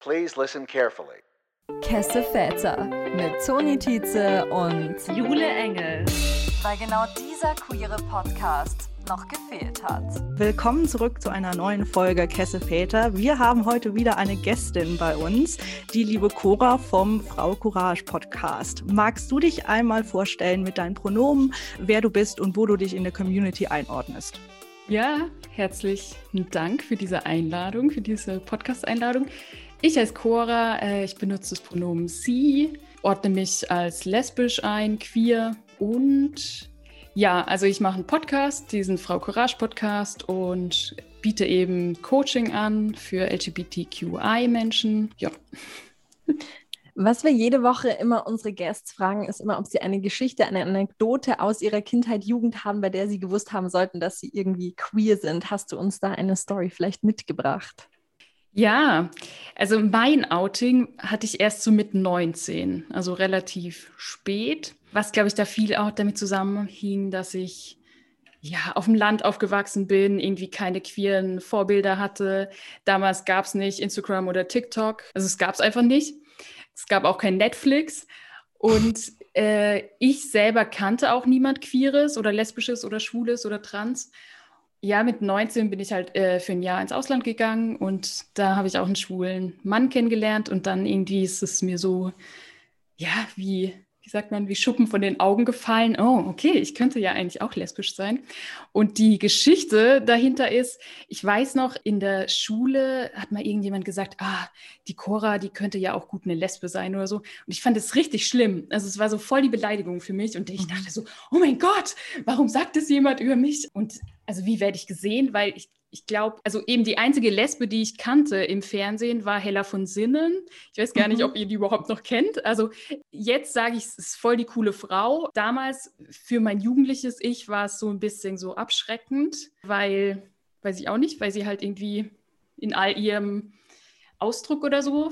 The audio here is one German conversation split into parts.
Please listen carefully. Kesse Väter mit Toni Tietze und Jule Engel. Weil genau dieser queere Podcast noch gefehlt hat. Willkommen zurück zu einer neuen Folge Kesse Väter. Wir haben heute wieder eine Gästin bei uns, die liebe Cora vom Frau Courage Podcast. Magst du dich einmal vorstellen mit deinen Pronomen, wer du bist und wo du dich in der Community einordnest? Ja, herzlichen Dank für diese Einladung, für diese Podcast-Einladung. Ich heiße Cora, ich benutze das Pronomen sie, ordne mich als lesbisch ein, queer und ja, also ich mache einen Podcast, diesen Frau Courage Podcast und biete eben Coaching an für LGBTQI-Menschen. Ja. Was wir jede Woche immer unsere Gäste fragen, ist immer, ob sie eine Geschichte, eine Anekdote aus ihrer Kindheit, Jugend haben, bei der sie gewusst haben sollten, dass sie irgendwie queer sind. Hast du uns da eine Story vielleicht mitgebracht? Ja, also mein Outing hatte ich erst so mit 19, also relativ spät. Was, glaube ich, da viel auch damit zusammenhing, dass ich ja auf dem Land aufgewachsen bin, irgendwie keine queeren Vorbilder hatte. Damals gab es nicht Instagram oder TikTok, also es gab es einfach nicht. Es gab auch kein Netflix und ich selber kannte auch niemand Queeres oder Lesbisches oder Schwules oder Trans. Ja, mit 19 bin ich halt für ein Jahr ins Ausland gegangen und da habe ich auch einen schwulen Mann kennengelernt und dann irgendwie ist es mir so, ja, wie sagt man, wie Schuppen von den Augen gefallen. Oh, okay, ich könnte ja eigentlich auch lesbisch sein. Und die Geschichte dahinter ist, ich weiß noch, in der Schule hat mal irgendjemand gesagt, die Cora, die könnte ja auch gut eine Lesbe sein oder so. Und ich fand es richtig schlimm. Also es war so voll die Beleidigung für mich und ich dachte so, oh mein Gott, warum sagt das jemand über mich? Und also wie werde ich gesehen? Weil ich glaube, also eben die einzige Lesbe, die ich kannte im Fernsehen, war Hella von Sinnen. Ich weiß gar nicht, ob ihr die überhaupt noch kennt. Also jetzt sage ich, es ist voll die coole Frau. Damals für mein jugendliches Ich war es so ein bisschen so abschreckend, weil, weiß ich auch nicht, weil sie halt irgendwie in all ihrem Ausdruck oder so,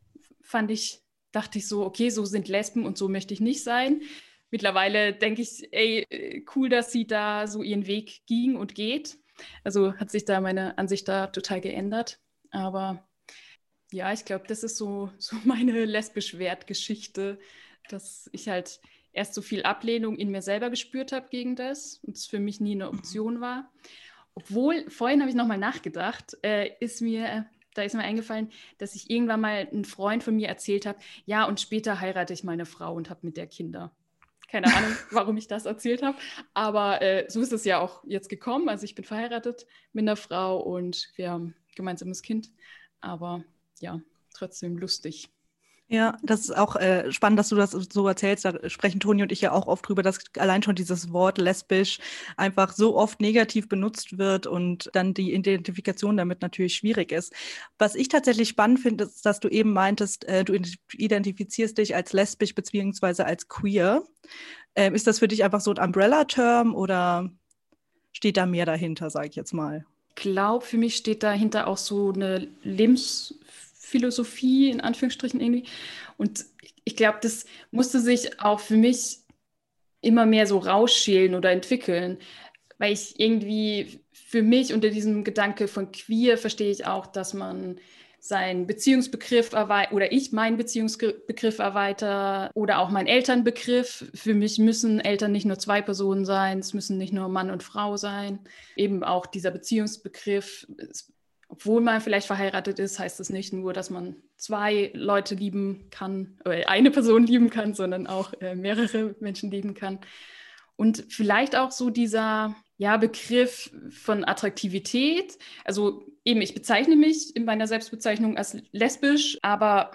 dachte ich so, okay, so sind Lesben und so möchte ich nicht sein. Mittlerweile denke ich, ey, cool, dass sie da so ihren Weg ging und geht. Also hat sich da meine Ansicht da total geändert. Aber ja, ich glaube, das ist so meine lesbisch-Wert-Geschichte, dass ich halt erst so viel Ablehnung in mir selber gespürt habe gegen das und es für mich nie eine Option war. Obwohl, vorhin habe ich nochmal nachgedacht, da ist mir eingefallen, dass ich irgendwann mal einen Freund von mir erzählt habe, ja, und später heirate ich meine Frau und habe mit der Kinder. Keine Ahnung, warum ich das erzählt habe, aber so ist es ja auch jetzt gekommen. Also ich bin verheiratet mit einer Frau und wir haben ein gemeinsames Kind, aber ja, trotzdem lustig. Ja, das ist auch spannend, dass du das so erzählst. Da sprechen Toni und ich ja auch oft drüber, dass allein schon dieses Wort lesbisch einfach so oft negativ benutzt wird und dann die Identifikation damit natürlich schwierig ist. Was ich tatsächlich spannend finde, ist, dass du eben meintest, du identifizierst dich als lesbisch beziehungsweise als queer. Ist das für dich einfach so ein Umbrella-Term oder steht da mehr dahinter, sage ich jetzt mal? Ich glaube, für mich steht dahinter auch so eine Lebensphilosophie, in Anführungsstrichen irgendwie. Und ich glaube, das musste sich auch für mich immer mehr so rausschälen oder entwickeln, weil ich irgendwie für mich unter diesem Gedanke von queer verstehe ich auch, dass man seinen Beziehungsbegriff oder ich meinen Beziehungsbegriff erweitere oder auch meinen Elternbegriff. Für mich müssen Eltern nicht nur zwei Personen sein, es müssen nicht nur Mann und Frau sein. Eben auch dieser Beziehungsbegriff, obwohl man vielleicht verheiratet ist, heißt es nicht nur, dass man zwei Leute lieben kann, oder eine Person lieben kann, sondern auch mehrere Menschen lieben kann. Und vielleicht auch so dieser Begriff von Attraktivität. Also eben, ich bezeichne mich in meiner Selbstbezeichnung als lesbisch, aber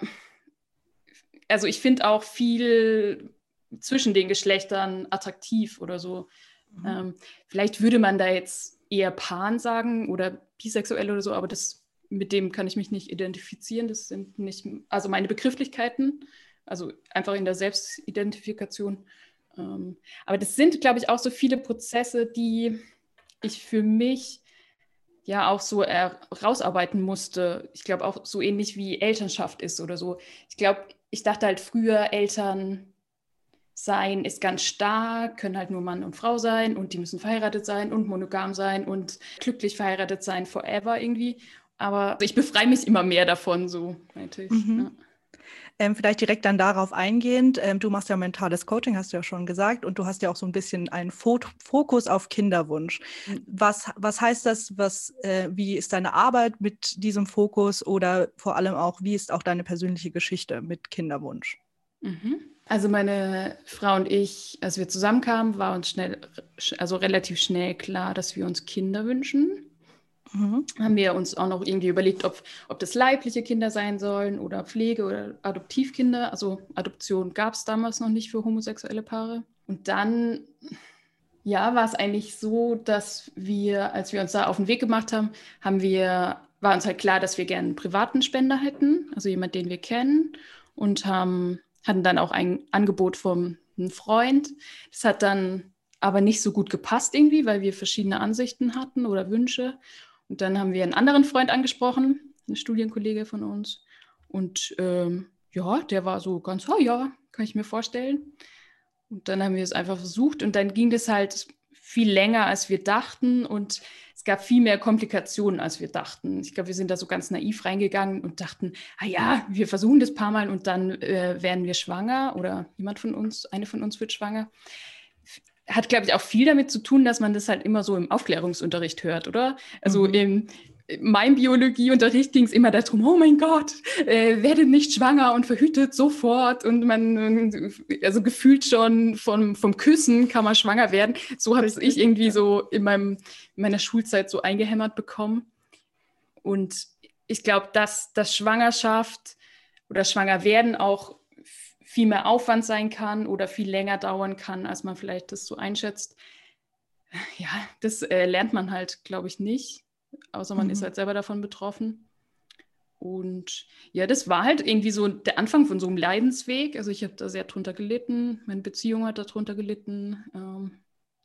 also ich finde auch viel zwischen den Geschlechtern attraktiv oder so. Vielleicht würde man da jetzt eher pan sagen oder bisexuell oder so, aber mit dem kann ich mich nicht identifizieren. Das sind nicht, also meine Begrifflichkeiten, also einfach in der Selbstidentifikation. Aber das sind, glaube ich, auch so viele Prozesse, die ich für mich ja auch so rausarbeiten musste. Ich glaube auch so ähnlich wie Elternschaft ist oder so. Ich glaube, ich dachte halt früher, Eltern sein ist ganz stark, können halt nur Mann und Frau sein und die müssen verheiratet sein und monogam sein und glücklich verheiratet sein forever irgendwie. Aber ich befreie mich immer mehr davon, so meinte ich. Mhm. Ja. Vielleicht direkt dann darauf eingehend. Du machst ja mentales Coaching, hast du ja schon gesagt, und du hast ja auch so ein bisschen einen Fokus auf Kinderwunsch. Was heißt das? Wie ist deine Arbeit mit diesem Fokus oder vor allem auch, wie ist auch deine persönliche Geschichte mit Kinderwunsch? Also meine Frau und ich, als wir zusammenkamen, war uns relativ schnell klar, dass wir uns Kinder wünschen. Haben wir uns auch noch irgendwie überlegt, ob das leibliche Kinder sein sollen oder Pflege- oder Adoptivkinder. Also Adoption gab es damals noch nicht für homosexuelle Paare. Und dann, ja, war es eigentlich so, dass wir, als wir uns da auf den Weg gemacht haben, war uns halt klar, dass wir gerne einen privaten Spender hätten, also jemand, den wir kennen, und hatten dann auch ein Angebot von einem Freund. Das hat dann aber nicht so gut gepasst irgendwie, weil wir verschiedene Ansichten hatten oder Wünsche. Und dann haben wir einen anderen Freund angesprochen, einen Studienkollege von uns. Und ja, der war so ganz, oh ja, kann ich mir vorstellen. Und dann haben wir es einfach versucht. Und dann ging das halt viel länger, als wir dachten. Und es gab viel mehr Komplikationen, als wir dachten. Ich glaube, wir sind da so ganz naiv reingegangen und dachten, ah ja, wir versuchen das ein paar Mal und dann werden wir schwanger oder eine von uns wird schwanger. Hat, glaube ich, auch viel damit zu tun, dass man das halt immer so im Aufklärungsunterricht hört, oder? Also in meinem Biologieunterricht ging es immer darum, oh mein Gott, werdet nicht schwanger und verhütet sofort. Und man, also gefühlt schon vom Küssen kann man schwanger werden. So habe ich irgendwie so in meiner Schulzeit so eingehämmert bekommen. Und ich glaube, dass Schwangerschaft oder Schwangerwerden auch viel mehr Aufwand sein kann oder viel länger dauern kann, als man vielleicht das so einschätzt. Ja, das lernt man halt, glaube ich, nicht, außer man ist halt selber davon betroffen. Und ja, das war halt irgendwie so der Anfang von so einem Leidensweg. Also ich habe da sehr drunter gelitten, meine Beziehung hat darunter gelitten.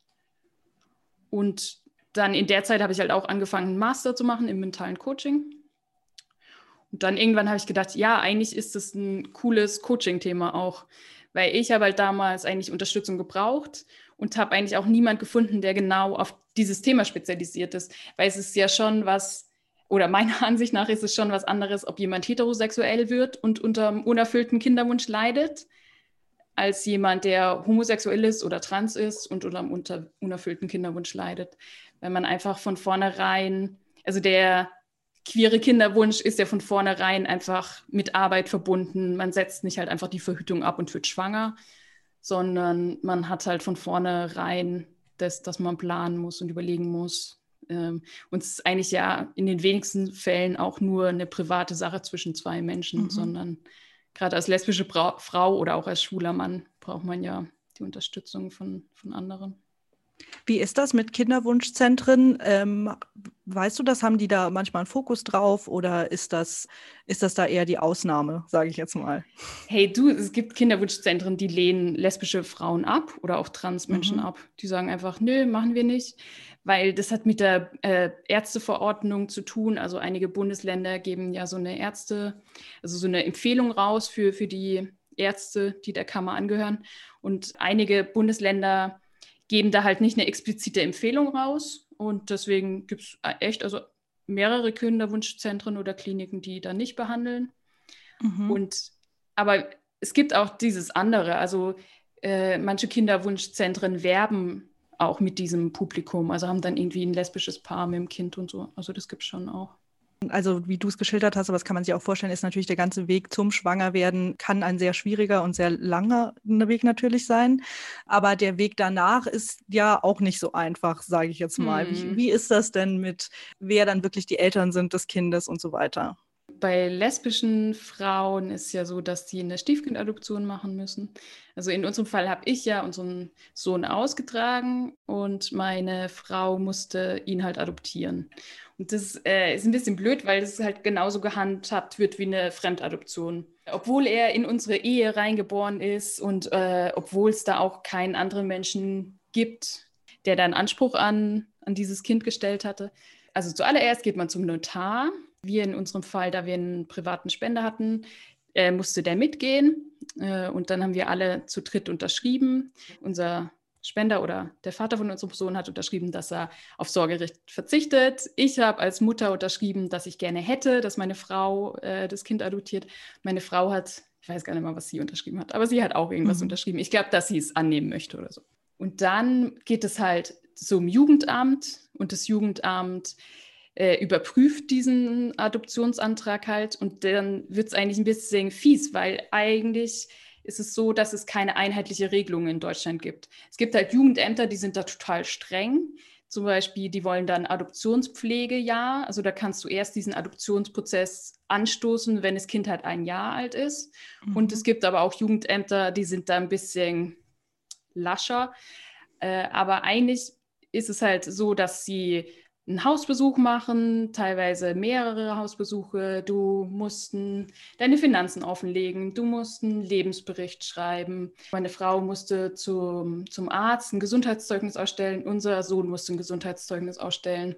Und dann in der Zeit habe ich halt auch angefangen, einen Master zu machen im mentalen Coaching. Und dann irgendwann habe ich gedacht, ja, eigentlich ist das ein cooles Coaching-Thema auch, weil ich habe halt damals eigentlich Unterstützung gebraucht und habe eigentlich auch niemand gefunden, der genau auf dieses Thema spezialisiert ist, weil es ist ja schon was, oder meiner Ansicht nach ist es schon was anderes, ob jemand heterosexuell wird und unter einem unerfüllten Kinderwunsch leidet, als jemand, der homosexuell ist oder trans ist und unter einem unerfüllten Kinderwunsch leidet, weil man einfach von vornherein, also der queere Kinderwunsch ist ja von vornherein einfach mit Arbeit verbunden. Man setzt nicht halt einfach die Verhütung ab und wird schwanger, sondern man hat halt von vornherein das, dass man planen muss und überlegen muss. Und es ist eigentlich ja in den wenigsten Fällen auch nur eine private Sache zwischen zwei Menschen, sondern gerade als lesbische Frau oder auch als schwuler Mann braucht man ja die Unterstützung von anderen. Wie ist das mit Kinderwunschzentren? Weißt du das? Haben die da manchmal einen Fokus drauf oder ist das da eher die Ausnahme, sage ich jetzt mal? Hey du, es gibt Kinderwunschzentren, die lehnen lesbische Frauen ab oder auch Transmenschen ab. Die sagen einfach, nö, machen wir nicht, weil das hat mit der Ärzteverordnung zu tun. Also einige Bundesländer geben ja so eine so eine Empfehlung raus für die Ärzte, die der Kammer angehören. Und einige Bundesländer geben da halt nicht eine explizite Empfehlung raus. Und deswegen gibt es echt mehrere Kinderwunschzentren oder Kliniken, die da nicht behandeln. Aber es gibt auch dieses andere. Also manche Kinderwunschzentren werben auch mit diesem Publikum. Also haben dann irgendwie ein lesbisches Paar mit dem Kind und so. Also das gibt es schon auch. Also wie du es geschildert hast, aber das kann man sich auch vorstellen, ist natürlich der ganze Weg zum Schwangerwerden kann ein sehr schwieriger und sehr langer Weg natürlich sein. Aber der Weg danach ist ja auch nicht so einfach, sage ich jetzt mal. Wie ist das denn mit, wer dann wirklich die Eltern sind des Kindes und so weiter? Bei lesbischen Frauen ist ja so, dass die eine Stiefkindadoption machen müssen. Also in unserem Fall habe ich ja unseren Sohn ausgetragen und meine Frau musste ihn halt adoptieren. Und das ist ein bisschen blöd, weil es halt genauso gehandhabt wird wie eine Fremdadoption. Obwohl er in unsere Ehe reingeboren ist und obwohl es da auch keinen anderen Menschen gibt, der da einen Anspruch an dieses Kind gestellt hatte. Also zuallererst geht man zum Notar. Wir in unserem Fall, da wir einen privaten Spender hatten, musste der mitgehen. Und dann haben wir alle zu dritt unterschrieben. Unser Spender oder der Vater von unserem Sohn hat unterschrieben, dass er auf Sorgerecht verzichtet. Ich habe als Mutter unterschrieben, dass ich gerne hätte, dass meine Frau das Kind adoptiert. Meine Frau hat, ich weiß gar nicht mal, was sie unterschrieben hat, aber sie hat auch irgendwas unterschrieben. Ich glaube, dass sie es annehmen möchte oder so. Und dann geht es halt zum Jugendamt und das Jugendamt überprüft diesen Adoptionsantrag halt und dann wird es eigentlich ein bisschen fies, weil eigentlich ist es so, dass es keine einheitliche Regelung in Deutschland gibt. Es gibt halt Jugendämter, die sind da total streng. Zum Beispiel, die wollen dann Adoptionspflegejahr. Also da kannst du erst diesen Adoptionsprozess anstoßen, wenn das Kind halt 1 Jahr alt ist. Und es gibt aber auch Jugendämter, die sind da ein bisschen lascher. Aber eigentlich ist es halt so, dass sie einen Hausbesuch machen, teilweise mehrere Hausbesuche. Du musst deine Finanzen offenlegen, du musst einen Lebensbericht schreiben. Meine Frau musste zum Arzt ein Gesundheitszeugnis ausstellen, unser Sohn musste ein Gesundheitszeugnis ausstellen.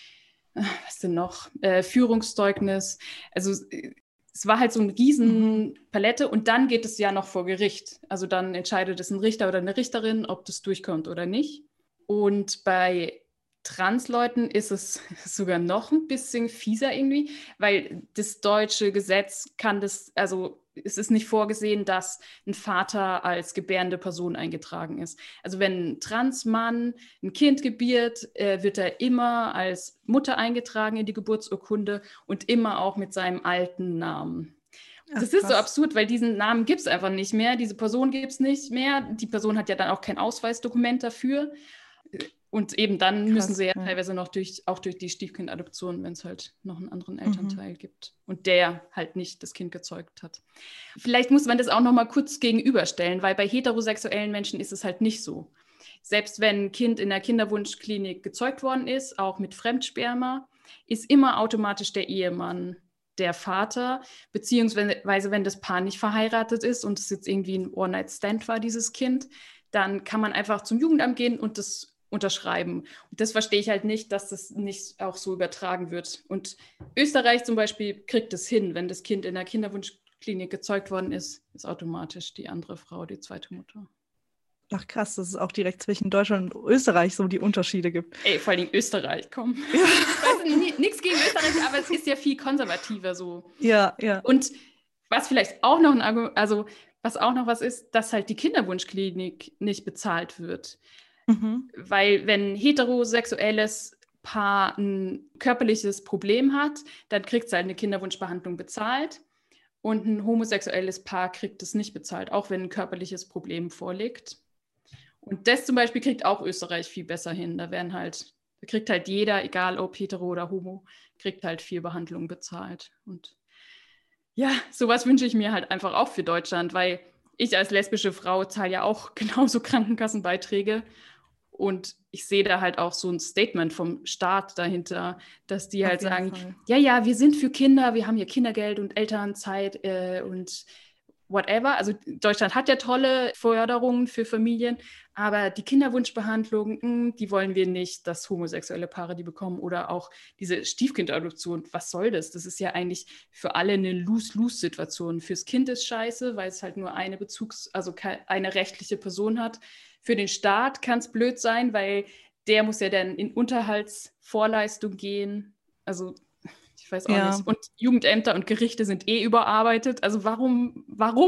Was denn noch? Führungszeugnis. Also es war halt so eine riesen Palette und dann geht es ja noch vor Gericht. Also dann entscheidet es ein Richter oder eine Richterin, ob das durchkommt oder nicht. Und bei Transleuten ist es sogar noch ein bisschen fieser irgendwie, weil das deutsche Gesetz kann das, also es ist nicht vorgesehen, dass ein Vater als gebärende Person eingetragen ist. Also wenn ein Transmann ein Kind gebiert, wird er immer als Mutter eingetragen in die Geburtsurkunde und immer auch mit seinem alten Namen. Ach, das ist so krass. absurd, weil diesen Namen gibt es einfach nicht mehr. Diese Person gibt es nicht mehr. Die Person hat ja dann auch kein Ausweisdokument dafür. Und eben dann müssen sie ja teilweise noch durch die Stiefkindadoption, wenn es halt noch einen anderen Elternteil gibt und der halt nicht das Kind gezeugt hat. Vielleicht muss man das auch noch mal kurz gegenüberstellen, weil bei heterosexuellen Menschen ist es halt nicht so. Selbst wenn ein Kind in der Kinderwunschklinik gezeugt worden ist, auch mit Fremdsperma, ist immer automatisch der Ehemann der Vater, beziehungsweise wenn das Paar nicht verheiratet ist und es jetzt irgendwie ein One-Night-Stand war, dieses Kind, dann kann man einfach zum Jugendamt gehen und das unterschreiben. Und das verstehe ich halt nicht, dass das nicht auch so übertragen wird. Und Österreich zum Beispiel kriegt es hin, wenn das Kind in der Kinderwunschklinik gezeugt worden ist, ist automatisch die andere Frau die zweite Mutter. Ach krass, dass es auch direkt zwischen Deutschland und Österreich so die Unterschiede gibt. Ey, vor allem Österreich, komm. Ich weiß nichts gegen Österreich, aber es ist ja viel konservativer so. Ja, ja. Und was vielleicht auch noch ein Argument, also was auch noch was ist, dass halt die Kinderwunschklinik nicht bezahlt wird. Weil wenn ein heterosexuelles Paar ein körperliches Problem hat, dann kriegt es halt eine Kinderwunschbehandlung bezahlt und ein homosexuelles Paar kriegt es nicht bezahlt, auch wenn ein körperliches Problem vorliegt. Und das zum Beispiel kriegt auch Österreich viel besser hin. Da kriegt halt jeder, egal ob hetero oder homo, kriegt halt viel Behandlung bezahlt. Und ja, sowas wünsche ich mir halt einfach auch für Deutschland, weil ich als lesbische Frau zahle ja auch genauso Krankenkassenbeiträge. Und ich sehe da halt auch so ein Statement vom Staat dahinter, dass die halt sagen, ja, wir sind für Kinder, wir haben hier Kindergeld und Elternzeit und whatever. Also Deutschland hat ja tolle Förderungen für Familien, aber die Kinderwunschbehandlung, die wollen wir nicht, dass homosexuelle Paare die bekommen oder auch diese Stiefkindadoption. Was soll das? Das ist ja eigentlich für alle eine Lose-Lose-Situation. Fürs Kind ist scheiße, weil es halt nur eine eine rechtliche Person hat. Für den Staat kann es blöd sein, weil der muss ja dann in Unterhaltsvorleistung gehen. Also ich weiß auch nicht. Und Jugendämter und Gerichte sind überarbeitet. Also warum?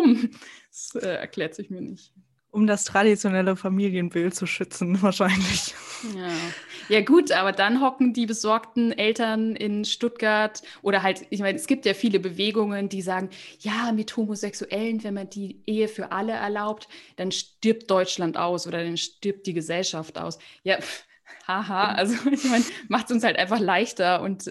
Das erklärt sich mir nicht. Um das traditionelle Familienbild zu schützen, wahrscheinlich. Ja gut, aber dann hocken die besorgten Eltern in Stuttgart oder halt, ich meine, es gibt ja viele Bewegungen, die sagen, ja, mit Homosexuellen, wenn man die Ehe für alle erlaubt, dann stirbt Deutschland aus oder dann stirbt die Gesellschaft aus. Ja, haha, also ich meine, macht es uns halt einfach leichter und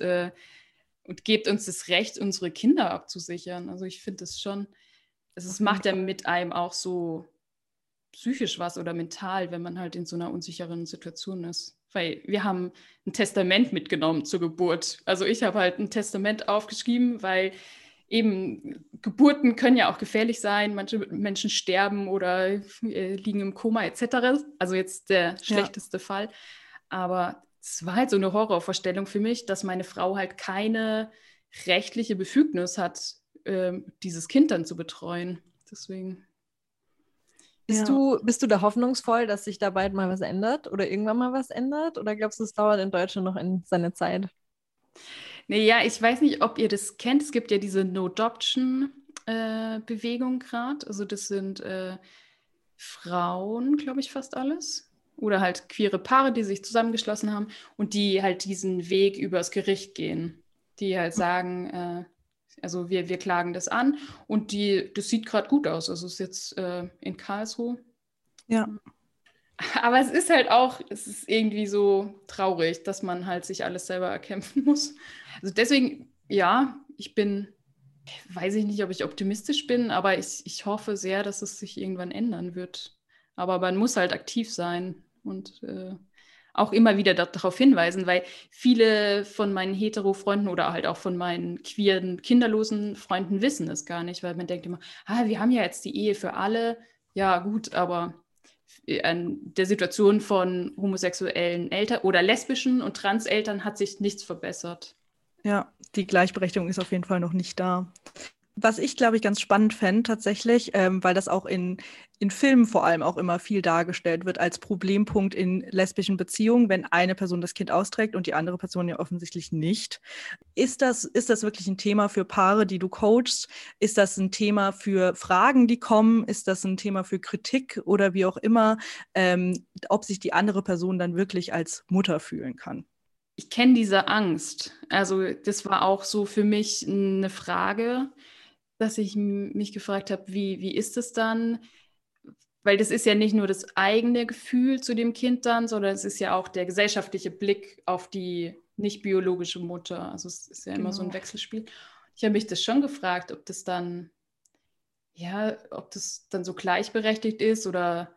gebt uns das Recht, unsere Kinder abzusichern. Also ich finde das schon, es macht ja mit einem auch so psychisch was oder mental, wenn man halt in so einer unsicheren Situation ist. Weil wir haben ein Testament mitgenommen zur Geburt. Also ich habe halt ein Testament aufgeschrieben, weil eben Geburten können ja auch gefährlich sein. Manche Menschen sterben oder liegen im Koma etc. Also jetzt der schlechteste Fall. Aber es war halt so eine Horrorvorstellung für mich, dass meine Frau halt keine rechtliche Befugnis hat, dieses Kind dann zu betreuen. Deswegen, Bist du da hoffnungsvoll, dass sich da bald mal was ändert oder irgendwann mal was ändert? Oder glaubst du, es dauert in Deutschland noch seine Zeit? Nee, ja, ich weiß nicht, ob ihr das kennt. Es gibt ja diese No-Adoption-Bewegung gerade. Also das sind Frauen, glaube ich, fast alles. Oder halt queere Paare, die sich zusammengeschlossen haben und die halt diesen Weg übers Gericht gehen. Die halt sagen, also wir klagen das an und das sieht gerade gut aus. Also es ist jetzt in Karlsruhe. Ja. Aber es ist halt auch, es ist irgendwie so traurig, dass man halt sich alles selber erkämpfen muss. Also deswegen, ja, weiß ich nicht, ob ich optimistisch bin, aber ich hoffe sehr, dass es sich irgendwann ändern wird. Aber man muss halt aktiv sein und auch immer wieder darauf hinweisen, weil viele von meinen hetero-Freunden oder halt auch von meinen queeren, kinderlosen Freunden wissen es gar nicht, weil man denkt immer, wir haben ja jetzt die Ehe für alle. Ja, gut, aber an der Situation von homosexuellen Eltern oder lesbischen und Transeltern hat sich nichts verbessert. Ja, die Gleichberechtigung ist auf jeden Fall noch nicht da. Was ich, glaube ich, ganz spannend fände tatsächlich, weil das auch in Filmen vor allem auch immer viel dargestellt wird als Problempunkt in lesbischen Beziehungen, wenn eine Person das Kind austrägt und die andere Person ja offensichtlich nicht. Ist das wirklich ein Thema für Paare, die du coachst? Ist das ein Thema für Fragen, die kommen? Ist das ein Thema für Kritik oder wie auch immer, ob sich die andere Person dann wirklich als Mutter fühlen kann? Ich kenne diese Angst. Also das war auch so für mich eine Frage, dass ich mich gefragt habe, wie ist es dann? Weil das ist ja nicht nur das eigene Gefühl zu dem Kind dann, sondern es ist ja auch der gesellschaftliche Blick auf die nicht biologische Mutter. Also es ist ja immer so ein Wechselspiel. Ich habe mich das schon gefragt, ob das dann so gleichberechtigt ist oder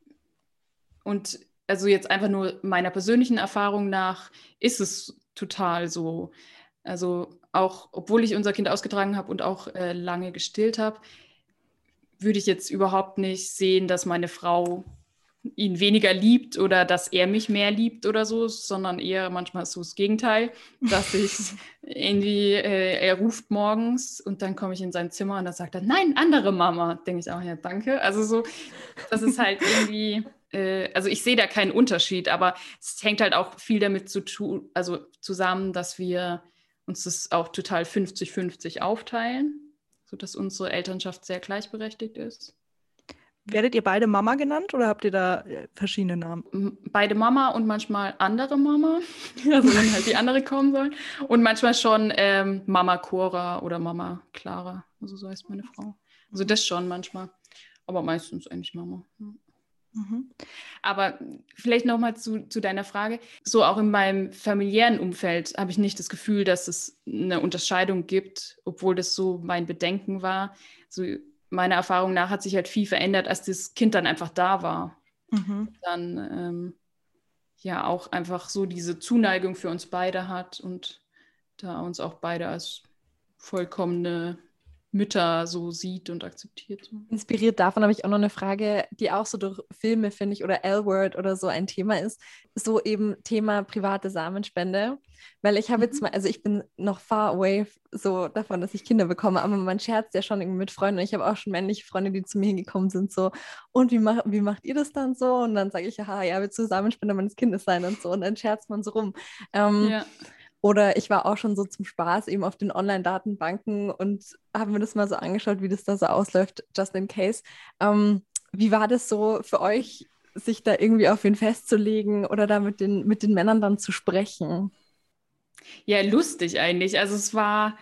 und also jetzt einfach nur meiner persönlichen Erfahrung nach ist es total so. Also auch, obwohl ich unser Kind ausgetragen habe und auch lange gestillt habe, würde ich jetzt überhaupt nicht sehen, dass meine Frau ihn weniger liebt oder dass er mich mehr liebt oder so, sondern eher manchmal so das Gegenteil, dass ich irgendwie, er ruft morgens und dann komme ich in sein Zimmer und dann sagt er, nein, andere Mama. Denke ich auch, ja, danke. Also so, das ist halt irgendwie, also ich sehe da keinen Unterschied, aber es hängt halt auch viel damit zusammen, dass wir uns das auch total 50-50 aufteilen, sodass unsere Elternschaft sehr gleichberechtigt ist. Werdet ihr beide Mama genannt oder habt ihr da verschiedene Namen? Beide Mama und manchmal andere Mama, also wenn halt die andere kommen soll. Und manchmal schon Mama Cora oder Mama Clara, also so heißt meine Frau. Also das schon manchmal, aber meistens eigentlich Mama. Ja. Mhm. Aber vielleicht nochmal zu deiner Frage. So auch in meinem familiären Umfeld habe ich nicht das Gefühl, dass es eine Unterscheidung gibt, obwohl das so mein Bedenken war. So meiner Erfahrung nach hat sich halt viel verändert, als das Kind dann einfach da war. Mhm. Dann auch einfach so diese Zuneigung für uns beide hat und da uns auch beide als vollkommene Mütter so sieht und akzeptiert. Inspiriert davon habe ich auch noch eine Frage, die auch so durch Filme, finde ich, oder L-Word oder so ein Thema ist. So eben Thema private Samenspende. Weil ich habe jetzt mal, also ich bin noch far away so davon, dass ich Kinder bekomme, aber man scherzt ja schon irgendwie mit Freunden. Und ich habe auch schon männliche Freunde, die zu mir hingekommen sind, so, und wie macht ihr das dann so? Und dann sage ich, ja, willst du Samenspender meines Kindes sein und so. Und dann scherzt man so rum. Ja. Oder ich war auch schon so zum Spaß eben auf den Online-Datenbanken und habe mir das mal so angeschaut, wie das da so ausläuft, just in case. Wie war das so für euch, sich da irgendwie auf wen festzulegen oder da mit den Männern dann zu sprechen? Ja, lustig eigentlich. Also es war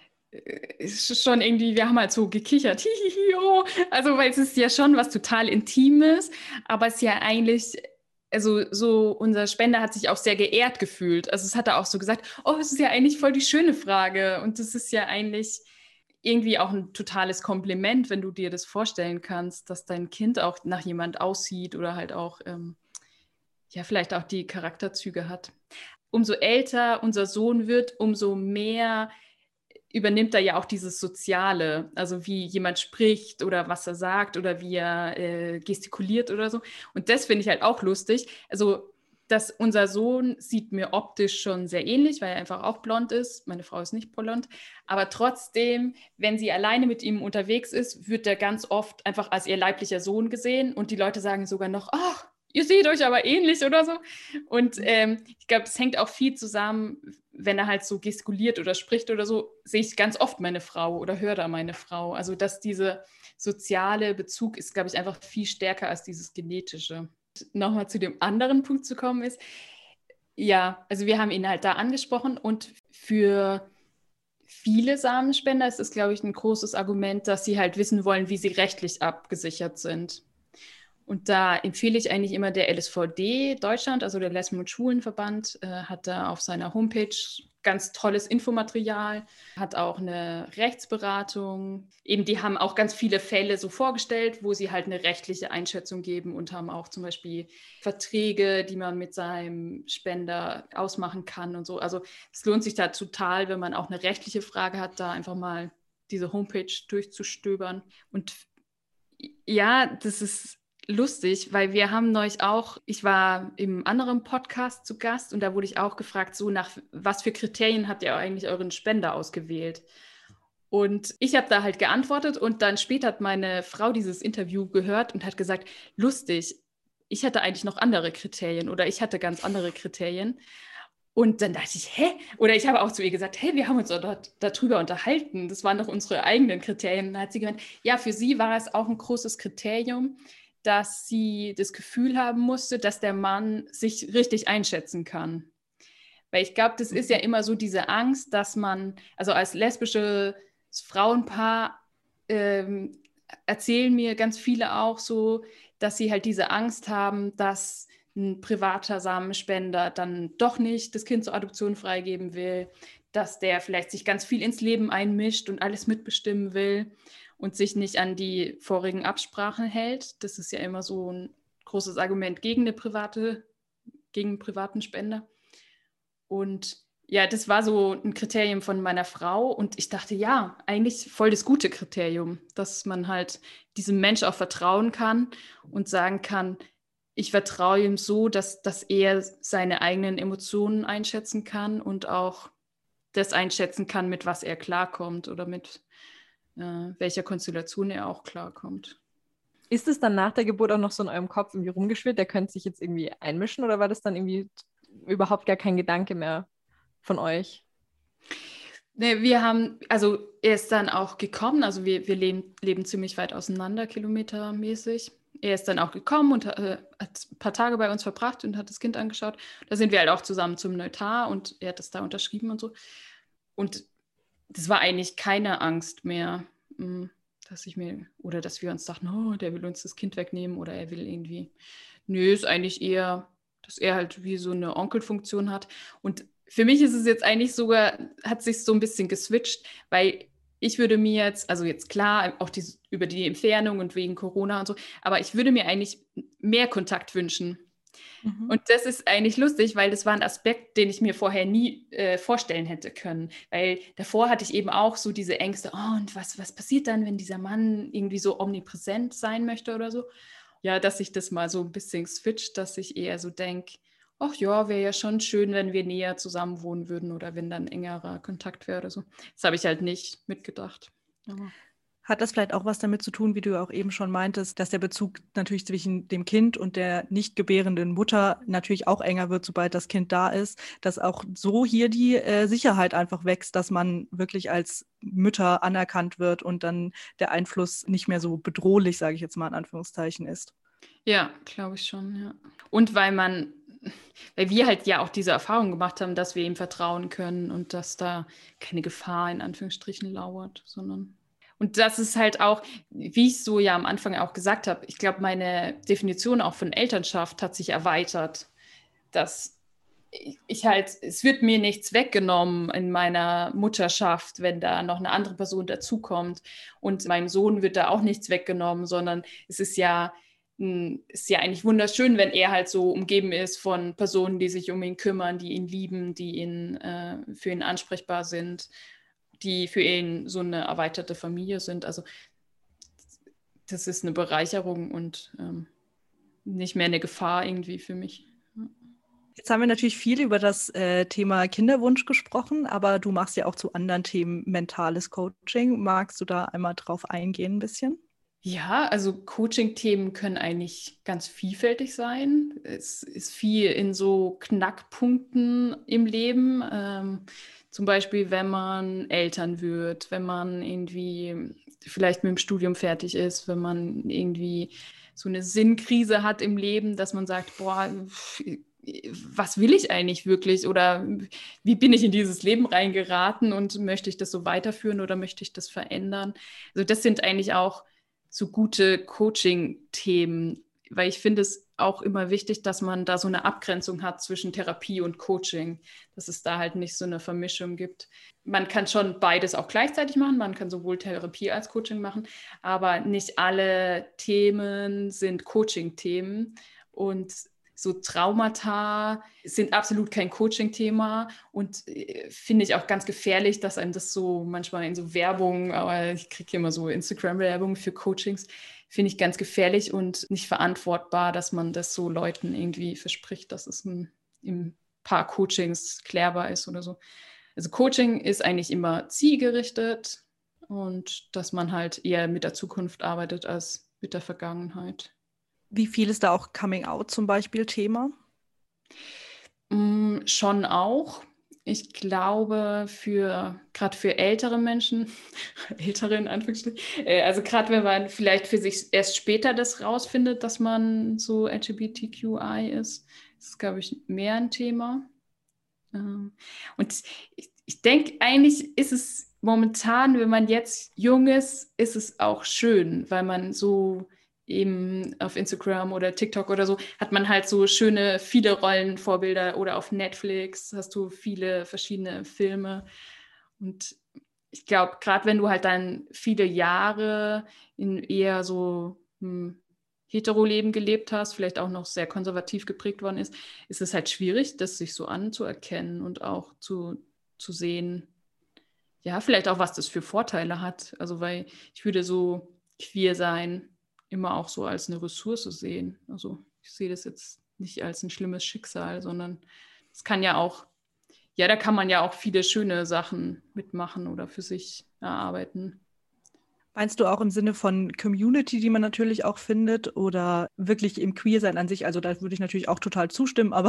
schon irgendwie, wir haben halt so gekichert. Hihihi, also weil es ist ja schon was total Intimes, aber es ist ja eigentlich... Also so unser Spender hat sich auch sehr geehrt gefühlt. Also es hat er auch so gesagt, oh, es ist ja eigentlich voll die schöne Frage. Und das ist ja eigentlich irgendwie auch ein totales Kompliment, wenn du dir das vorstellen kannst, dass dein Kind auch nach jemand aussieht oder halt auch, vielleicht auch die Charakterzüge hat. Umso älter unser Sohn wird, umso mehr übernimmt er ja auch dieses Soziale, also wie jemand spricht oder was er sagt oder wie er gestikuliert oder so. Und das finde ich halt auch lustig. Also dass unser Sohn sieht mir optisch schon sehr ähnlich, weil er einfach auch blond ist. Meine Frau ist nicht blond. Aber trotzdem, wenn sie alleine mit ihm unterwegs ist, wird er ganz oft einfach als ihr leiblicher Sohn gesehen. Und die Leute sagen sogar noch, ach, ihr seht euch aber ähnlich oder so. Und ich glaube, es hängt auch viel zusammen, wenn er halt so gestikuliert oder spricht oder so, sehe ich ganz oft meine Frau oder höre da meine Frau. Also dass dieser soziale Bezug ist, glaube ich, einfach viel stärker als dieses genetische. Nochmal zu dem anderen Punkt zu kommen ist, ja, also wir haben ihn halt da angesprochen und für viele Samenspender ist es, glaube ich, ein großes Argument, dass sie halt wissen wollen, wie sie rechtlich abgesichert sind. Und da empfehle ich eigentlich immer der LSVD Deutschland, also der Lesben- und Schwulenverband, hat da auf seiner Homepage ganz tolles Infomaterial, hat auch eine Rechtsberatung. Eben, die haben auch ganz viele Fälle so vorgestellt, wo sie halt eine rechtliche Einschätzung geben und haben auch zum Beispiel Verträge, die man mit seinem Spender ausmachen kann und so. Also es lohnt sich da total, wenn man auch eine rechtliche Frage hat, da einfach mal diese Homepage durchzustöbern. Und ja, das ist lustig, weil wir haben neulich auch, ich war im anderen Podcast zu Gast und da wurde ich auch gefragt, so nach was für Kriterien habt ihr eigentlich euren Spender ausgewählt? Und ich habe da halt geantwortet und dann später hat meine Frau dieses Interview gehört und hat gesagt, lustig, ich hatte eigentlich noch andere Kriterien oder ich hatte ganz andere Kriterien. Und dann dachte ich, hä? Oder ich habe auch zu ihr gesagt, hey, wir haben uns doch darüber unterhalten. Das waren doch unsere eigenen Kriterien. Und dann hat sie gemeint, ja, für sie war es auch ein großes Kriterium, dass sie das Gefühl haben musste, dass der Mann sich richtig einschätzen kann. Weil ich glaube, das ist ja immer so diese Angst, dass man, also als lesbisches Frauenpaar erzählen mir ganz viele auch so, dass sie halt diese Angst haben, dass ein privater Samenspender dann doch nicht das Kind zur Adoption freigeben will, dass der vielleicht sich ganz viel ins Leben einmischt und alles mitbestimmen will und sich nicht an die vorigen Absprachen hält. Das ist ja immer so ein großes Argument gegen einen privaten Spender. Und ja, das war so ein Kriterium von meiner Frau und ich dachte, ja, eigentlich voll das gute Kriterium, dass man halt diesem Mensch auch vertrauen kann und sagen kann, ich vertraue ihm so, dass er seine eigenen Emotionen einschätzen kann und auch das einschätzen kann, mit was er klarkommt oder mit welcher Konstellation er auch klarkommt. Ist es dann nach der Geburt auch noch so in eurem Kopf irgendwie rumgeschwirrt, der könnte sich jetzt irgendwie einmischen oder war das dann irgendwie überhaupt gar kein Gedanke mehr von euch? Nee, also er ist dann auch gekommen, also wir leben ziemlich weit auseinander, kilometermäßig. Er ist dann auch gekommen und hat ein paar Tage bei uns verbracht und hat das Kind angeschaut. Da sind wir halt auch zusammen zum Notar und er hat das da unterschrieben und so. Und das war eigentlich keine Angst mehr, dass wir uns dachten, oh, der will uns das Kind wegnehmen oder er will irgendwie. Nö, ist eigentlich eher, dass er halt wie so eine Onkelfunktion hat. Und für mich ist es jetzt eigentlich sogar, hat sich so ein bisschen geswitcht, weil ich würde mir jetzt, also jetzt klar, auch über die Entfernung und wegen Corona und so, aber ich würde mir eigentlich mehr Kontakt wünschen. Mhm. Und das ist eigentlich lustig, weil das war ein Aspekt, den ich mir vorher nie vorstellen hätte können. Weil davor hatte ich eben auch so diese Ängste, oh, und was passiert dann, wenn dieser Mann irgendwie so omnipräsent sein möchte oder so? Ja, dass sich das mal so ein bisschen switcht, dass ich eher so denke, ach ja, wäre ja schon schön, wenn wir näher zusammen wohnen würden oder wenn dann engerer Kontakt wäre oder so. Das habe ich halt nicht mitgedacht. Aber hat das vielleicht auch was damit zu tun, wie du auch eben schon meintest, dass der Bezug natürlich zwischen dem Kind und der nicht gebärenden Mutter natürlich auch enger wird, sobald das Kind da ist, dass auch so hier die Sicherheit einfach wächst, dass man wirklich als Mütter anerkannt wird und dann der Einfluss nicht mehr so bedrohlich, sage ich jetzt mal in Anführungszeichen, ist. Ja, glaube ich schon, ja. Und weil wir halt ja auch diese Erfahrung gemacht haben, dass wir ihm vertrauen können und dass da keine Gefahr in Anführungsstrichen lauert, sondern und das ist halt auch, wie ich so ja am Anfang auch gesagt habe, ich glaube, meine Definition auch von Elternschaft hat sich erweitert, dass es wird mir nichts weggenommen in meiner Mutterschaft, wenn da noch eine andere Person dazukommt und meinem Sohn wird da auch nichts weggenommen, sondern es ist ja eigentlich wunderschön, wenn er halt so umgeben ist von Personen, die sich um ihn kümmern, die ihn lieben, die für ihn ansprechbar sind, die für ihn so eine erweiterte Familie sind. Also das ist eine Bereicherung und nicht mehr eine Gefahr irgendwie für mich. Jetzt haben wir natürlich viel über das Thema Kinderwunsch gesprochen, aber du machst ja auch zu anderen Themen mentales Coaching. Magst du da einmal drauf eingehen ein bisschen? Ja, also Coaching-Themen können eigentlich ganz vielfältig sein. Es ist viel in so Knackpunkten im Leben. Zum Beispiel, wenn man Eltern wird, wenn man irgendwie vielleicht mit dem Studium fertig ist, wenn man irgendwie so eine Sinnkrise hat im Leben, dass man sagt, boah, was will ich eigentlich wirklich? Oder wie bin ich in dieses Leben reingeraten und möchte ich das so weiterführen oder möchte ich das verändern? Also das sind eigentlich auch so gute Coaching-Themen, weil ich finde es auch immer wichtig, dass man da so eine Abgrenzung hat zwischen Therapie und Coaching, dass es da halt nicht so eine Vermischung gibt. Man kann schon beides auch gleichzeitig machen, man kann sowohl Therapie als Coaching machen, aber nicht alle Themen sind Coaching-Themen und so Traumata sind absolut kein Coaching-Thema und finde ich auch ganz gefährlich, dass einem das so manchmal in so Werbung, aber ich kriege immer so Instagram-Werbung für Coachings, finde ich ganz gefährlich und nicht verantwortbar, dass man das so Leuten irgendwie verspricht, dass es in paar Coachings klärbar ist oder so. Also Coaching ist eigentlich immer zielgerichtet und dass man halt eher mit der Zukunft arbeitet als mit der Vergangenheit. Wie viel ist da auch Coming Out zum Beispiel Thema? Schon auch. Ich glaube, gerade für ältere Menschen, ältere in Anführungsstrichen, also gerade wenn man vielleicht für sich erst später das rausfindet, dass man so LGBTQI ist glaube ich, mehr ein Thema. Und ich denke, eigentlich ist es momentan, wenn man jetzt jung ist es auch schön, weil man so eben auf Instagram oder TikTok oder so, hat man halt so viele Rollenvorbilder oder auf Netflix hast du viele verschiedene Filme. Und ich glaube, gerade wenn du halt dann viele Jahre in eher so Hetero-Leben gelebt hast, vielleicht auch noch sehr konservativ geprägt worden ist es halt schwierig, das sich so anzuerkennen und auch zu sehen, ja, vielleicht auch, was das für Vorteile hat. Also, weil ich würde so queer sein immer auch so als eine Ressource sehen. Also ich sehe das jetzt nicht als ein schlimmes Schicksal, sondern es kann ja auch, ja, da kann man ja auch viele schöne Sachen mitmachen oder für sich erarbeiten. Meinst du auch im Sinne von Community, die man natürlich auch findet, oder wirklich im Queersein an sich? Also da würde ich natürlich auch total zustimmen, aber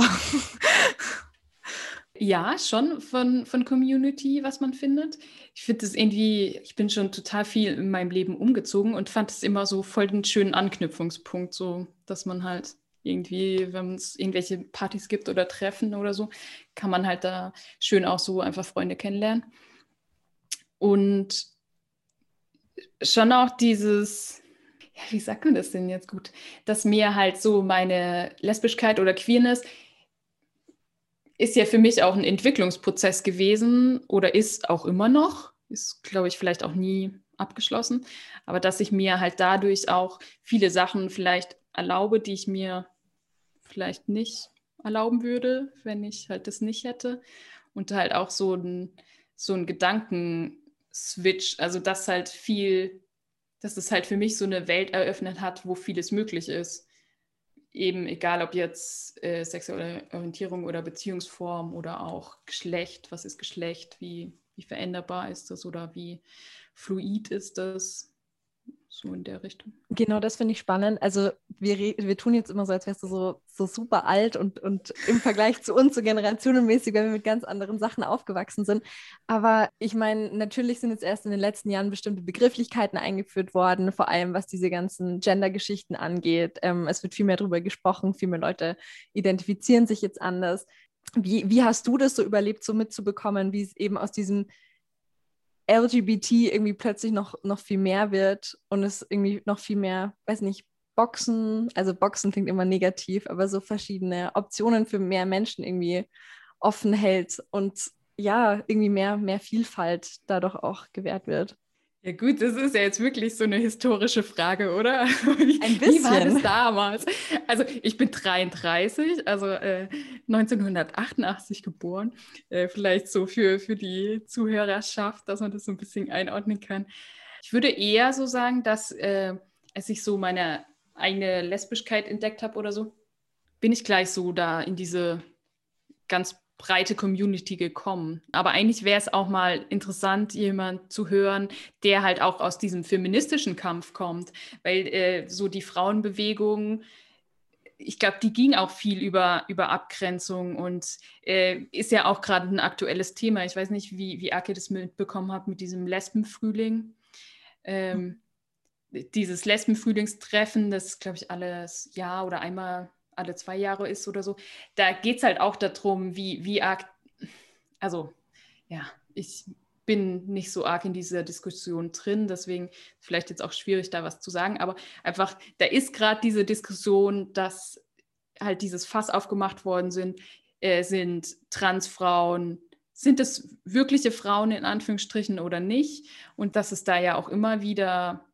Ja, schon von Community, was man findet. Ich finde es irgendwie, ich bin schon total viel in meinem Leben umgezogen und fand es immer so voll den schönen Anknüpfungspunkt, so dass man halt irgendwie, wenn es irgendwelche Partys gibt oder Treffen oder so, kann man halt da schön auch so einfach Freunde kennenlernen. Und schon auch dieses, ja, wie sagt man das denn jetzt gut, dass mir halt so meine Lesbischkeit oder Queerness ist ja für mich auch ein Entwicklungsprozess gewesen oder ist auch immer noch, ist, glaube ich, vielleicht auch nie abgeschlossen, aber dass ich mir halt dadurch auch viele Sachen vielleicht erlaube, die ich mir vielleicht nicht erlauben würde, wenn ich halt das nicht hätte und halt auch so ein Gedankenswitch, also dass es halt für mich so eine Welt eröffnet hat, wo vieles möglich ist. Eben egal, ob jetzt sexuelle Orientierung oder Beziehungsform oder auch Geschlecht, was ist Geschlecht, wie veränderbar ist das oder wie fluid ist das, so in der Richtung. Genau, das finde ich spannend. Also wir tun jetzt immer so, als wärst du so super alt und im Vergleich zu uns so generationenmäßig, weil wir mit ganz anderen Sachen aufgewachsen sind. Aber ich meine, natürlich sind jetzt erst in den letzten Jahren bestimmte Begrifflichkeiten eingeführt worden, vor allem was diese ganzen Gender-Geschichten angeht. Es wird viel mehr darüber gesprochen, viel mehr Leute identifizieren sich jetzt anders. Wie hast du das so überlebt, so mitzubekommen, wie es eben aus diesem LGBT irgendwie plötzlich noch viel mehr wird und es irgendwie noch viel mehr, weiß nicht, Boxen klingt immer negativ, aber so verschiedene Optionen für mehr Menschen irgendwie offen hält und ja, irgendwie mehr Vielfalt dadurch auch gewährt wird. Ja gut, das ist ja jetzt wirklich so eine historische Frage, oder? Ein Wie war bisschen. das damals? Also ich bin 33, also 1988 geboren. Vielleicht so für die Zuhörerschaft, dass man das so ein bisschen einordnen kann. Ich würde eher so sagen, dass als ich so meine eigene Lesbischkeit entdeckt habe oder so, bin ich gleich so da in diese ganz breite Community gekommen. Aber eigentlich wäre es auch mal interessant, jemand zu hören, der halt auch aus diesem feministischen Kampf kommt, weil so die Frauenbewegung, ich glaube, die ging auch viel über Abgrenzung und ist ja auch gerade ein aktuelles Thema. Ich weiß nicht, wie Ake das mitbekommen hat mit diesem Lesbenfrühling. Dieses Lesbenfrühlingstreffen, das, glaube ich, alles Jahr oder einmal alle 2 Jahre ist oder so. Da geht es halt auch darum, wie arg, also ja, ich bin nicht so arg in dieser Diskussion drin, deswegen vielleicht jetzt auch schwierig, da was zu sagen, aber einfach, da ist gerade diese Diskussion, dass halt dieses Fass aufgemacht worden sind Transfrauen, sind es wirkliche Frauen in Anführungsstrichen oder nicht? Und dass es da ja auch immer wieder,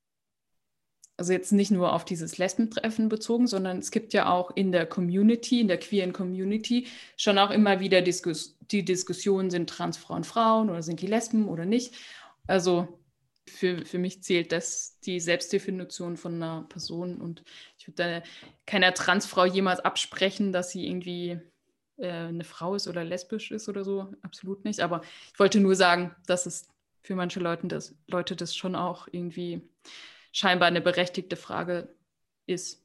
also jetzt nicht nur auf dieses Lesbentreffen bezogen, sondern es gibt ja auch in der Community, in der queeren Community, schon auch immer wieder die Diskussion, sind Transfrauen Frauen oder sind die Lesben oder nicht? Also für mich zählt das die Selbstdefinition von einer Person und ich würde da keiner Transfrau jemals absprechen, dass sie irgendwie eine Frau ist oder lesbisch ist oder so. Absolut nicht. Aber ich wollte nur sagen, dass es für manche Leute das schon auch irgendwie scheinbar eine berechtigte Frage ist.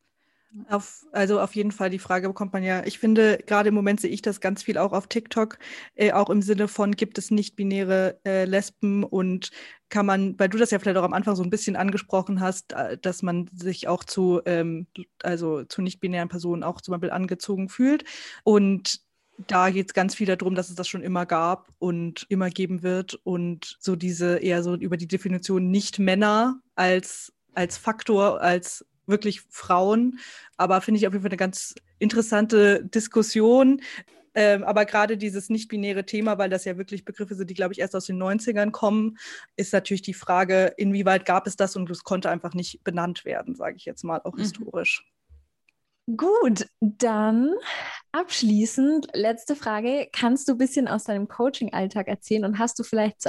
Also auf jeden Fall, die Frage bekommt man ja, ich finde, gerade im Moment sehe ich das ganz viel auch auf TikTok, auch im Sinne von, gibt es nicht-binäre Lesben und kann man, weil du das ja vielleicht auch am Anfang so ein bisschen angesprochen hast, dass man sich auch zu nicht-binären Personen auch zum Beispiel angezogen fühlt. Und da geht es ganz viel darum, dass es das schon immer gab und immer geben wird und so eher so über die Definition Nicht-Männer als Faktor, als wirklich Frauen, aber finde ich auf jeden Fall eine ganz interessante Diskussion. Aber gerade dieses nicht-binäre Thema, weil das ja wirklich Begriffe sind, die, glaube ich, erst aus den 90ern kommen, ist natürlich die Frage, inwieweit gab es das und es konnte einfach nicht benannt werden, sage ich jetzt mal, auch historisch. Gut, dann abschließend, letzte Frage. Kannst du ein bisschen aus deinem Coaching-Alltag erzählen und hast du vielleicht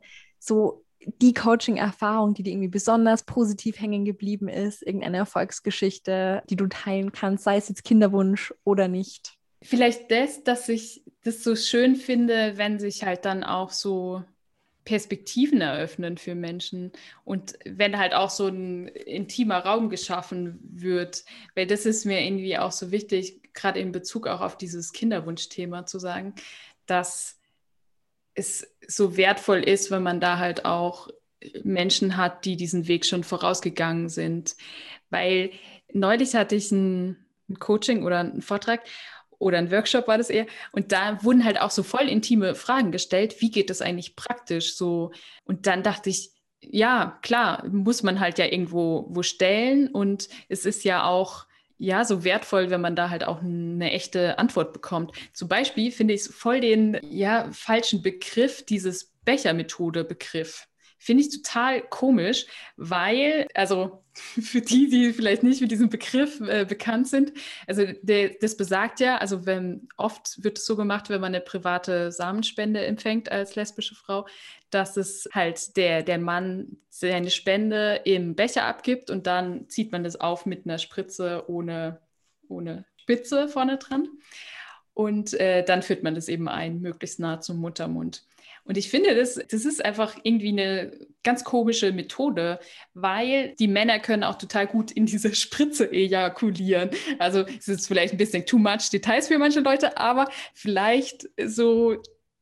die Coaching-Erfahrung, die dir irgendwie besonders positiv hängen geblieben ist, irgendeine Erfolgsgeschichte, die du teilen kannst, sei es jetzt Kinderwunsch oder nicht? Vielleicht dass ich das so schön finde, wenn sich halt dann auch so Perspektiven eröffnen für Menschen und wenn halt auch so ein intimer Raum geschaffen wird, weil das ist mir irgendwie auch so wichtig, gerade in Bezug auch auf dieses Kinderwunschthema zu sagen, dass es so wertvoll ist, wenn man da halt auch Menschen hat, die diesen Weg schon vorausgegangen sind. Weil neulich hatte ich ein Coaching oder einen Vortrag oder ein Workshop war das eher. Und da wurden halt auch so voll intime Fragen gestellt. Wie geht das eigentlich praktisch so? Und dann dachte ich, ja, klar, muss man halt ja irgendwo stellen. Und es ist ja auch so wertvoll, wenn man da halt auch eine echte Antwort bekommt. Zum Beispiel finde ich es voll den falschen Begriff, dieses Bechermethode-Begriff. Finde ich total komisch, weil, also für die vielleicht nicht mit diesem Begriff bekannt sind, also das besagt ja, also oft wird es so gemacht, wenn man eine private Samenspende empfängt als lesbische Frau, dass es halt der Mann seine Spende im Becher abgibt und dann zieht man das auf mit einer Spritze ohne Spitze vorne dran. Und dann führt man das eben ein, möglichst nah zum Muttermund. Und ich finde, das ist einfach irgendwie eine ganz komische Methode, weil die Männer können auch total gut in diese Spritze ejakulieren. Also es ist vielleicht ein bisschen too much Details für manche Leute, aber vielleicht so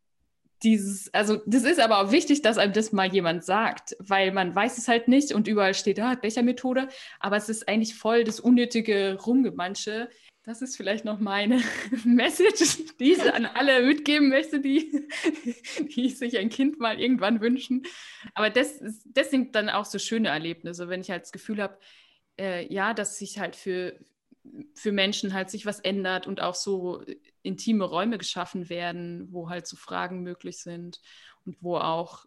also das ist aber auch wichtig, dass einem das mal jemand sagt, weil man weiß es halt nicht und überall steht, Bechermethode, aber es ist eigentlich voll das unnötige Rumgemansche. Das ist vielleicht noch meine Message, die ich an alle mitgeben möchte, die sich ein Kind mal irgendwann wünschen. Aber das sind dann auch so schöne Erlebnisse, wenn ich halt das Gefühl habe, dass sich halt für Menschen halt sich was ändert und auch so intime Räume geschaffen werden, wo halt so Fragen möglich sind und wo auch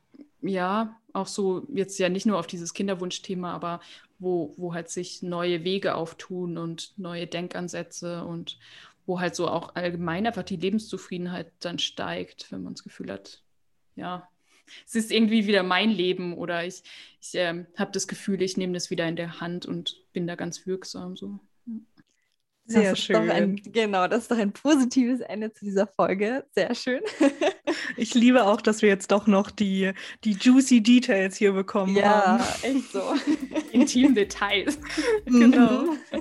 so jetzt ja nicht nur auf dieses Kinderwunschthema, aber wo halt sich neue Wege auftun und neue Denkansätze und wo halt so auch allgemein einfach die Lebenszufriedenheit dann steigt, wenn man das Gefühl hat, es ist irgendwie wieder mein Leben oder ich habe das Gefühl, ich nehme das wieder in der Hand und bin da ganz wirksam so. Sehr Das ist doch schön. das ist doch ein positives Ende zu dieser Folge. Sehr schön. Ich liebe auch, dass wir jetzt doch noch die juicy Details hier bekommen haben. Ja, echt so. Intim Details. Genau.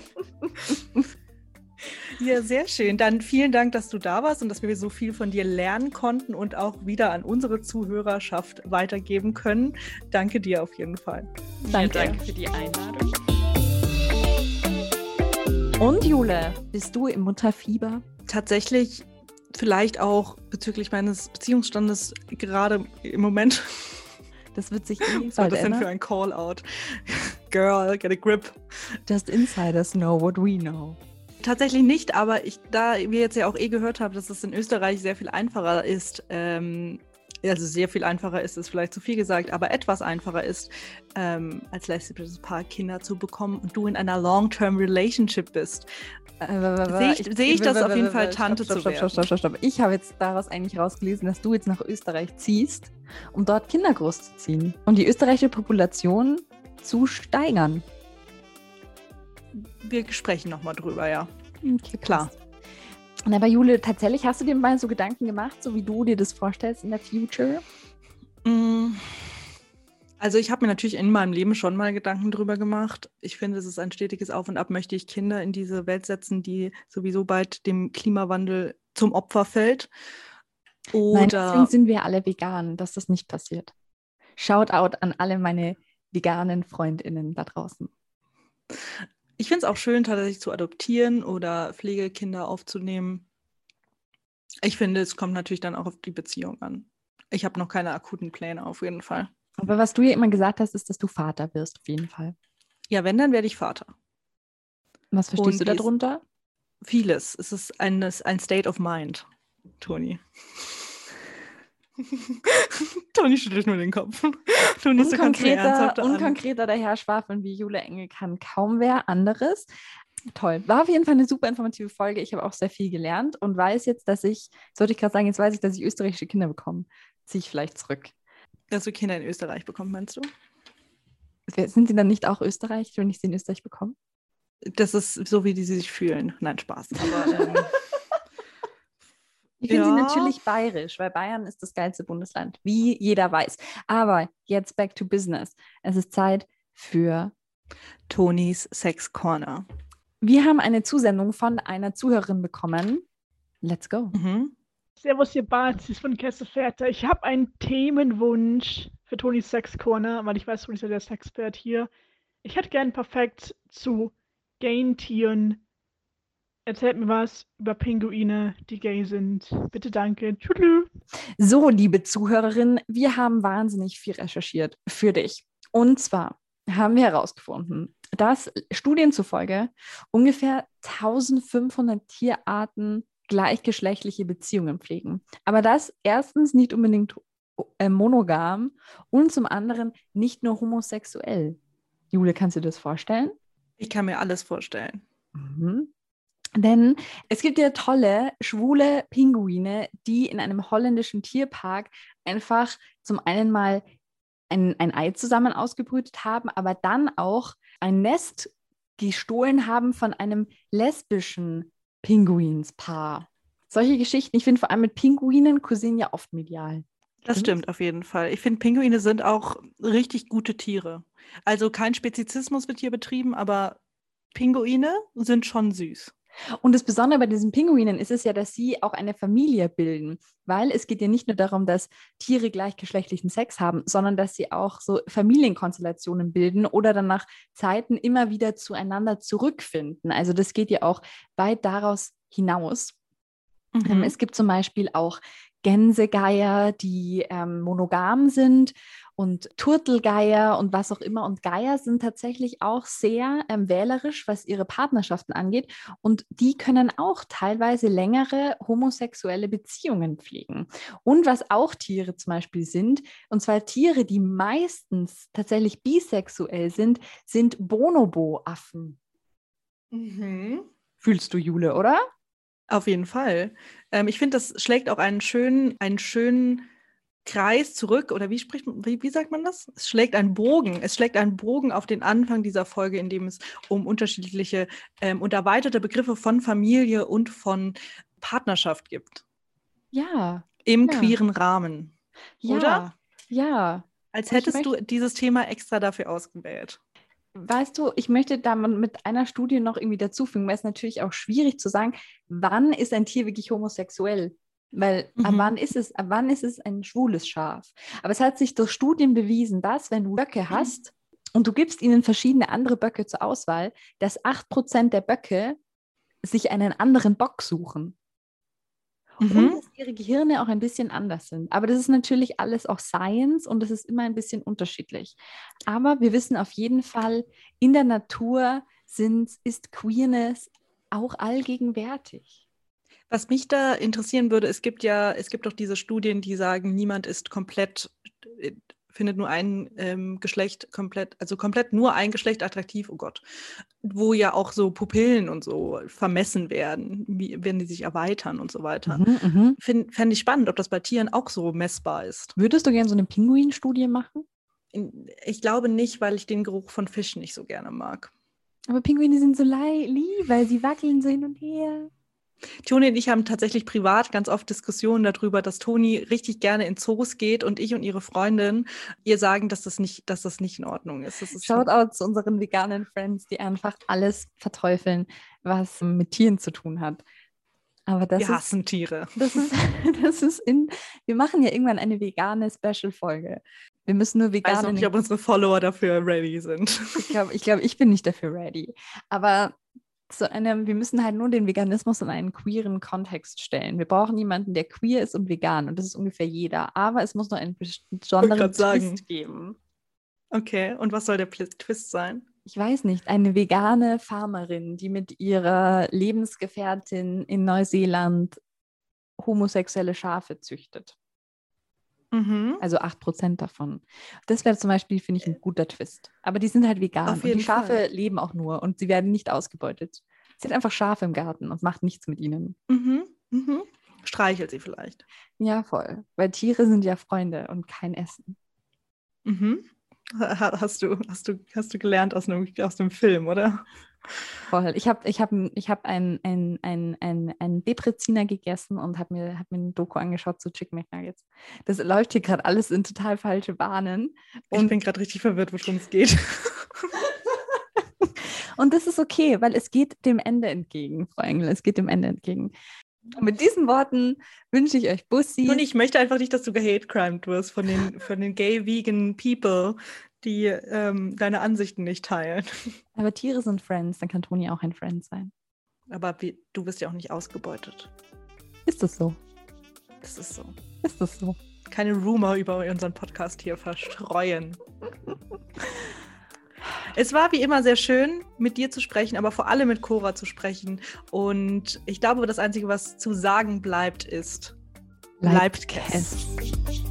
Ja, sehr schön. Dann vielen Dank, dass du da warst und dass wir so viel von dir lernen konnten und auch wieder an unsere Zuhörerschaft weitergeben können. Danke dir auf jeden Fall. Danke. Ja, danke für die Einladung. Und Jule, bist du im Mutterfieber? Tatsächlich vielleicht auch bezüglich meines Beziehungsstandes gerade im Moment. Das wird sich Was war bald das denn für ändern. ein Call-out? Girl, get a grip. Just insiders know what we know. Tatsächlich nicht, aber da wir jetzt ja auch gehört haben, dass es in Österreich sehr viel einfacher ist, also sehr viel einfacher ist vielleicht zu viel gesagt, aber etwas einfacher ist, als lesbisches Paar Kinder zu bekommen und du in einer Long-Term-Relationship bist. Sehe ich das auf jeden Fall, Tante zu werden. Stopp. Ich habe jetzt daraus eigentlich rausgelesen, dass du jetzt nach Österreich ziehst, um dort Kinder großzuziehen und die österreichische Population zu steigern. Wir sprechen nochmal drüber, ja. Okay, Klar. Und aber Jule, tatsächlich hast du dir mal so Gedanken gemacht, so wie du dir das vorstellst in der Future? Also ich habe mir natürlich in meinem Leben schon mal Gedanken drüber gemacht. Ich finde, es ist ein stetiges Auf und Ab. Möchte ich Kinder in diese Welt setzen, die sowieso bald dem Klimawandel zum Opfer fällt? Nein, deswegen Oder sind wir alle vegan, dass das nicht passiert. Shoutout an alle meine veganen FreundInnen da draußen. ich finde es auch schön, tatsächlich zu adoptieren oder Pflegekinder aufzunehmen. Ich finde, es kommt natürlich dann auch auf die Beziehung an. Ich habe noch keine akuten Pläne auf jeden Fall. Aber was du ja immer gesagt hast, ist, dass du Vater wirst, auf jeden Fall. Ja, wenn, dann werde ich Vater. Was verstehst Und du darunter? Vieles. Es ist ein State of Mind, Toni. Toni schüttelt nur den Kopf. Toni, so kannst du mir ernsthaft an. Unkonkreter daherschwafeln wie Jule Engel kann kaum wer anderes. Toll. War auf jeden Fall eine super informative Folge. Ich habe auch sehr viel gelernt und weiß jetzt, dass ich österreichische Kinder bekomme. Ziehe ich vielleicht zurück. Dass du Kinder in Österreich bekommst, meinst du? Sind sie dann nicht auch Österreich, wenn ich sie in Österreich bekomme? Das ist so, wie die sich fühlen. Nein, Spaß. Aber ich finde sie ja. natürlich bayerisch, weil Bayern ist das geilste Bundesland, wie jeder weiß. Aber jetzt back to business. Es ist Zeit für... Tonis Sex Corner. Wir haben eine Zusendung von einer Zuhörerin bekommen. Let's go. Servus, ihr Bazis von Kesselfährte. Ich habe einen Themenwunsch für Tonis Sex Corner, weil ich weiß, Toni ist ja der Sexpert hier. Ich hätte gern perfekt zu Gaintieren. Erzählt mir was über Pinguine, die gay sind. Bitte, danke. Tschüss. So, liebe Zuhörerin, wir haben wahnsinnig viel recherchiert für dich. Und zwar haben wir herausgefunden, dass Studien zufolge ungefähr 1500 Tierarten gleichgeschlechtliche Beziehungen pflegen. Aber das erstens nicht unbedingt monogam und zum anderen nicht nur homosexuell. Jule, kannst du dir das vorstellen? Ich kann mir alles vorstellen. Denn es gibt ja tolle, schwule Pinguine, die in einem holländischen Tierpark einfach zum einen mal ein Ei zusammen ausgebrütet haben, aber dann auch ein Nest gestohlen haben von einem lesbischen Pinguinspaar. Solche Geschichten, ich finde vor allem mit Pinguinen kursieren ja oft medial. Das stimmt auf jeden Fall. Ich finde, Pinguine sind auch richtig gute Tiere. Also kein Spezizismus wird hier betrieben, aber Pinguine sind schon süß. Und das Besondere bei diesen Pinguinen ist es ja, dass sie auch eine Familie bilden, weil es geht ja nicht nur darum, dass Tiere gleichgeschlechtlichen Sex haben, sondern dass sie auch so Familienkonstellationen bilden oder dann nach Zeiten immer wieder zueinander zurückfinden. Also das geht ja auch weit daraus hinaus. Es gibt zum Beispiel auch Gänsegeier, die monogam sind und Turtelgeier und was auch immer. Und Geier sind tatsächlich auch sehr wählerisch, was ihre Partnerschaften angeht. Und die können auch teilweise längere homosexuelle Beziehungen pflegen. Und was auch Tiere zum Beispiel sind, und zwar Tiere, die meistens tatsächlich bisexuell sind, sind Bonobo-Affen. Fühlst du, Jule, oder? Auf jeden Fall. Ich finde, das schlägt auch einen schönen Kreis zurück, oder wie sagt man das? Es schlägt einen Bogen. Es schlägt einen Bogen auf den Anfang dieser Folge, in dem es um unterschiedliche und erweiterte Begriffe von Familie und von Partnerschaft gibt. Ja. Im Ja. queeren Rahmen. Ja. Oder? Ja. Als Und ich hättest du dieses Thema extra dafür ausgewählt. Weißt du, ich möchte da mal mit einer Studie noch irgendwie dazufügen, weil es natürlich auch schwierig zu sagen, wann ist ein Tier wirklich homosexuell? Weil ab wann ist es ein schwules Schaf? Aber es hat sich durch Studien bewiesen, dass wenn du Böcke hast und du gibst ihnen verschiedene andere Böcke zur Auswahl, dass 8% der Böcke sich einen anderen Bock suchen. Und dass ihre Gehirne auch ein bisschen anders sind. Aber das ist natürlich alles auch Science und das ist immer ein bisschen unterschiedlich. Aber wir wissen auf jeden Fall, in der Natur ist Queerness auch allgegenwärtig. Was mich da interessieren würde, es gibt doch diese Studien, die sagen, niemand ist findet nur ein Geschlecht komplett nur ein Geschlecht attraktiv, oh Gott, wo ja auch so Pupillen und so vermessen werden, wenn die sich erweitern und so weiter. Fände ich spannend, ob das bei Tieren auch so messbar ist. Würdest du gerne so eine Pinguin-Studie machen? Ich glaube nicht, weil ich den Geruch von Fisch nicht so gerne mag. Aber Pinguine sind so lieb, weil sie wackeln so hin und her. Toni und ich haben tatsächlich privat ganz oft Diskussionen darüber, dass Toni richtig gerne in Zoos geht und ich und ihre Freundin ihr sagen, dass das nicht in Ordnung ist. Shoutout zu unseren veganen Friends, die einfach alles verteufeln, was mit Tieren zu tun hat. Aber wir hassen Tiere. Wir machen ja irgendwann eine vegane Special-Folge. Wir müssen nur vegan. Ich weiß noch nicht, ob unsere Follower dafür ready sind. Ich glaube, ich bin nicht dafür ready. Aber wir müssen halt nur den Veganismus in einen queeren Kontext stellen. Wir brauchen jemanden, der queer ist und vegan. Und das ist ungefähr jeder. Aber es muss noch einen besonderen Twist geben. Okay, und was soll der Twist sein? Ich weiß nicht. Eine vegane Farmerin, die mit ihrer Lebensgefährtin in Neuseeland homosexuelle Schafe züchtet. Also 8% davon. Das wäre zum Beispiel, finde ich, ein guter Twist. Aber die sind halt vegan. Und die Schafe leben auch nur und sie werden nicht ausgebeutet. Sie hat einfach Schafe im Garten und macht nichts mit ihnen. Streichelt sie vielleicht. Ja, voll. Weil Tiere sind ja Freunde und kein Essen. Hast du gelernt aus einem Film, oder? Voll. Ich hab einen Depreziner gegessen und habe mir ein Doku angeschaut zu Chicken McNuggets. Das läuft hier gerade alles in total falsche Bahnen. Ich bin gerade richtig verwirrt, worum es geht. Und das ist okay, weil es geht dem Ende entgegen, Frau Engel. Es geht dem Ende entgegen. Und mit diesen Worten wünsche ich euch Bussi. Und ich möchte einfach nicht, dass du gehate-crimed wirst von den gay-vegan People, die deine Ansichten nicht teilen. Aber Tiere sind Friends, dann kann Toni auch ein Friend sein. Aber du wirst ja auch nicht ausgebeutet. Ist das so? Das ist so. Ist das so? Keine Rumor über unseren Podcast hier verstreuen. Es war wie immer sehr schön, mit dir zu sprechen, aber vor allem mit Cora zu sprechen. Und ich glaube, das Einzige, was zu sagen bleibt, ist: bleibt Cass.